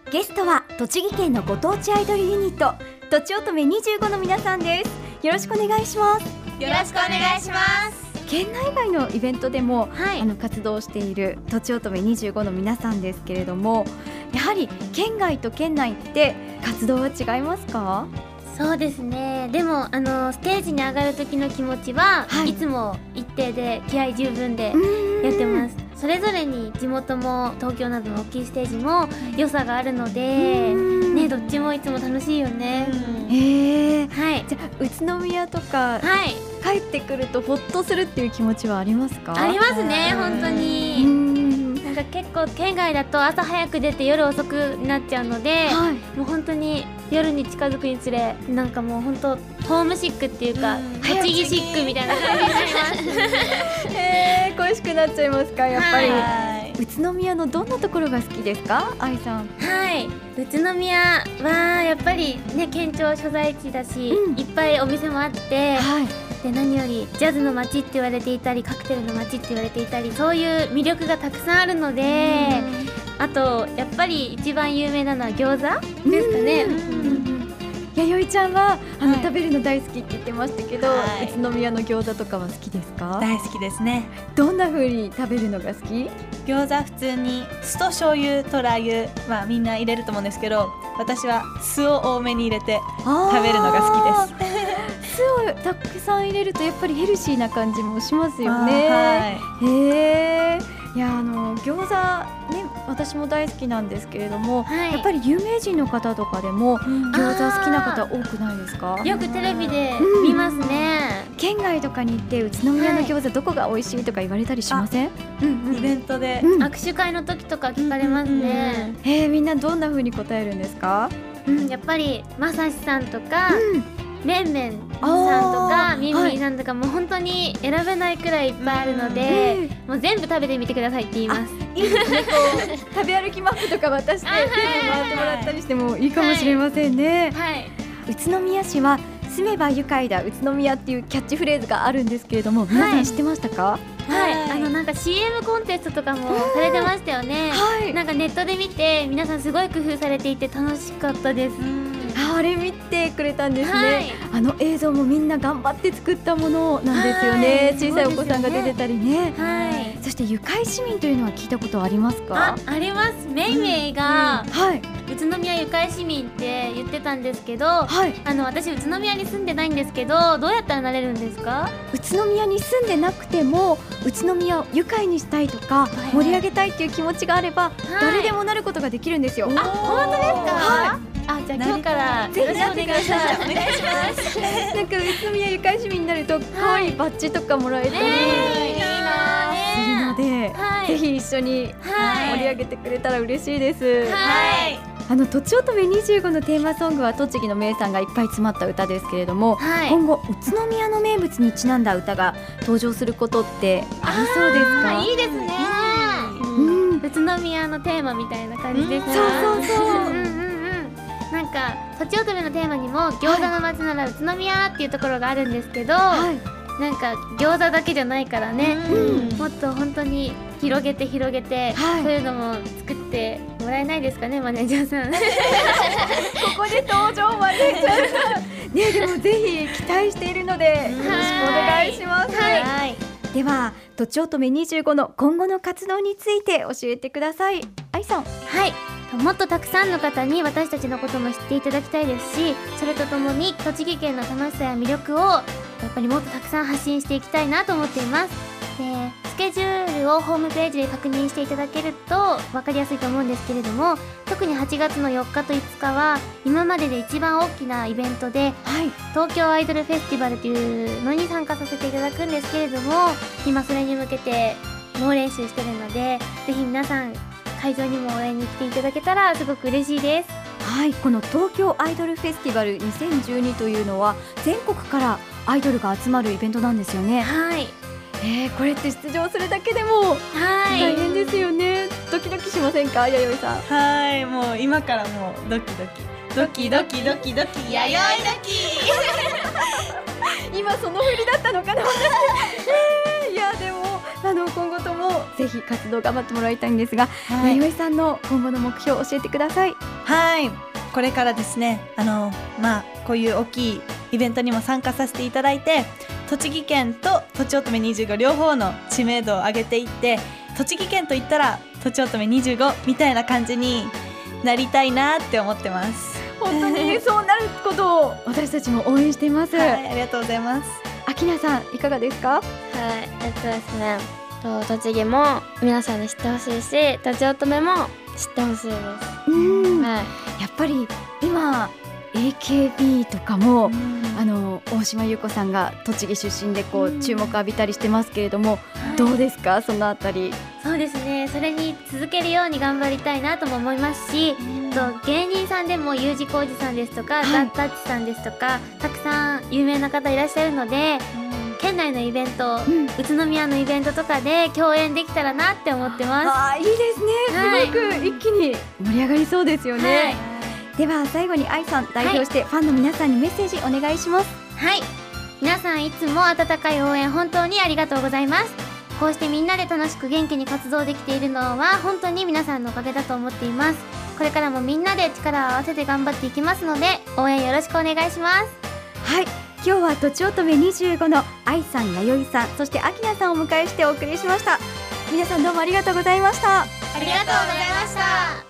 ゲストは栃木県のご当地アイドルユニットとちおとめ25の皆さんです。よろしくお願いします。 よろしくお願いします。 県内外のイベントでも、活動しているとちおとめ25の皆さんですけれども、やはり県外と県内って活動は違いますか？ そうですね。でもステージに上がる時の気持ちは、いつも一定で気合十分でやってます。それぞれに地元も東京などの大きいステージも良さがあるので、ね、どっちもいつも楽しいよね。はい。 じゃあ宇都宮とか、帰ってくるとほっとするっていう気持ちはありますか？ ありますね、本当に。なんか結構県外だと朝早く出て夜遅くなっちゃうので、もう本当に夜に近づくにつれなんかもう本当ホームシックっていうか栃木シックみたいな感じになります恋しくなっちゃいますか？やっぱり、宇都宮のどんなところが好きですか？愛さん。 はい、宇都宮はやっぱりね、県庁所在地だし、いっぱいお店もあって、で何よりジャズの街って言われていたりカクテルの街って言われていたり、そういう魅力がたくさんあるので、あとやっぱり一番有名なのは餃子ですかね。 弥生ちゃんは食べるの大好きって言ってましたけど、宇都宮の餃子とかは好きですか？ 大好きですね。 どんな風に食べるのが好き？ 餃子普通に酢と醤油とラー油、みんな入れると思うんですけど、私は酢を多めに入れて食べるのが好きです。 酢をたくさん入れるとやっぱりヘルシーな感じもしますよね。いや餃子ね、私も大好きなんですけれども、やっぱり有名人の方とかでも餃子好きな方多くないですか？ よくテレビで見ますね。 県外とかに行って宇都宮の餃子どこが美味しいとか言われたりしません？ イベントで握手会の時とか聞かれますね。 みんなどんな風に答えるんですか？ やっぱりまさしさんとか、めんめんさんとかみんみんさんとか、もう本当に選べないくらいいっぱいあるので、もう全部食べてみてくださいって言います。 いいですね。こう食べ歩きマップとか渡して回ってもらったりしてもいいかもしれませんね。宇都宮市は住めば愉快だ宇都宮っていうキャッチフレーズがあるんですけれども、皆さん知ってましたか？ なんか CM コンテストとかもされてましたよね。なんかネットで見て皆さんすごい工夫されていて楽しかったです。 あれ見てくれたんですね。映像もみんな頑張って作ったものなんですよね。小さいお子さんが出てたりね。そして愉快市民というのは聞いたことありますか？ あります。めいめいが宇都宮愉快市民って言ってたんですけど、私宇都宮に住んでないんですけど、どうやったらなれるんですか？ 宇都宮に住んでなくても宇都宮を愉快にしたいとか、盛り上げたいっていう気持ちがあれば、誰でもなることができるんですよ。 本当ですか？じゃあ今日からぜひよろしくお願いします。 お願いします。なんか宇都宮愉快市民になると可愛いバッジとかもらえたりするので、ぜひ一緒に盛り上げてくれたら嬉しいです。とちおとめ25のテーマソングは栃木の名産がいっぱい詰まった歌ですけれども、今後宇都宮の名物にちなんだ歌が登場することってありそうですか？ いいですね。宇都宮のテーマみたいな感じですね。なんかとちおとめのテーマにも餃子の街なら宇都宮っていうところがあるんですけど、なんか餃子だけじゃないからね、もっと本当に広げて、そういうのも作ってもらえないですかね、マネージャーさん。ここで登場マネージャーさんね。でもぜひ期待しているのでよろしくお願いします。ではとちおとめ25の今後の活動について教えてください。愛さん。 もっとたくさんの方に私たちのことも知っていただきたいですし、それとともに栃木県の楽しさや魅力をやっぱりもっとたくさん発信していきたいなと思っています。で、スケジュールをホームページで確認していただけると分かりやすいと思うんですけれども、特に8月の4日と5日は今までで一番大きなイベントで、東京アイドルフェスティバルというのに参加させていただくんですけれども、今それに向けて猛練習してるので、ぜひ皆さん会場にも応援に来ていただけたらすごく嬉しいです。 この東京アイドルフェスティバル2012というのは全国からアイドルが集まるイベントなんですよね。これって出場するだけでも大変ですよね。ドキドキしませんか、弥生さん？ もう今からもうドキドキ弥生ドキ。 今その振りだったのかな。いやでも今後ともぜひ活動頑張ってもらいたいんですが、弥生さんの今後の目標を教えてください。 はい、これからですね、こういう大きいイベントにも参加させていただいて、栃木県ととちおとめ25両方の知名度を上げていって、栃木県といったらとちおとめ25みたいな感じになりたいなって思ってます。 本当にそうなることを私たちも応援しています。 はい、ありがとうございます。 アキナさんいかがですか？ はい、ですね、栃木も皆さんに知ってほしいし、とちおとめも知ってほしいです。 はい、やっぱり今 AKB とかも、大島優子さんが栃木出身で注目浴びたりしてますけれども、どうですか、そのあたり。 そうですね、それに続けるように頑張りたいなとも思いますし、芸人さんでも U 字工事さんですとか、ザ・タッチさんですとか、たくさん有名な方いらっしゃるので、県内のイベント、宇都宮のイベントとかで共演できたらなって思ってます。 いいですね、すごく一気に盛り上がりそうですよね。では最後に愛さん代表してファンの皆さんにメッセージお願いします。 はい、皆さんいつも温かい応援本当にありがとうございます。こうしてみんなで楽しく元気に活動できているのは本当に皆さんのおかげだと思っています。これからもみんなで力を合わせて頑張っていきますので、応援よろしくお願いします。 はい、今日はとちおとめ25の愛さん、弥生さん、そしてアキナさんをお迎えしてお送りしました。皆さんどうもありがとうございました。 ありがとうございました。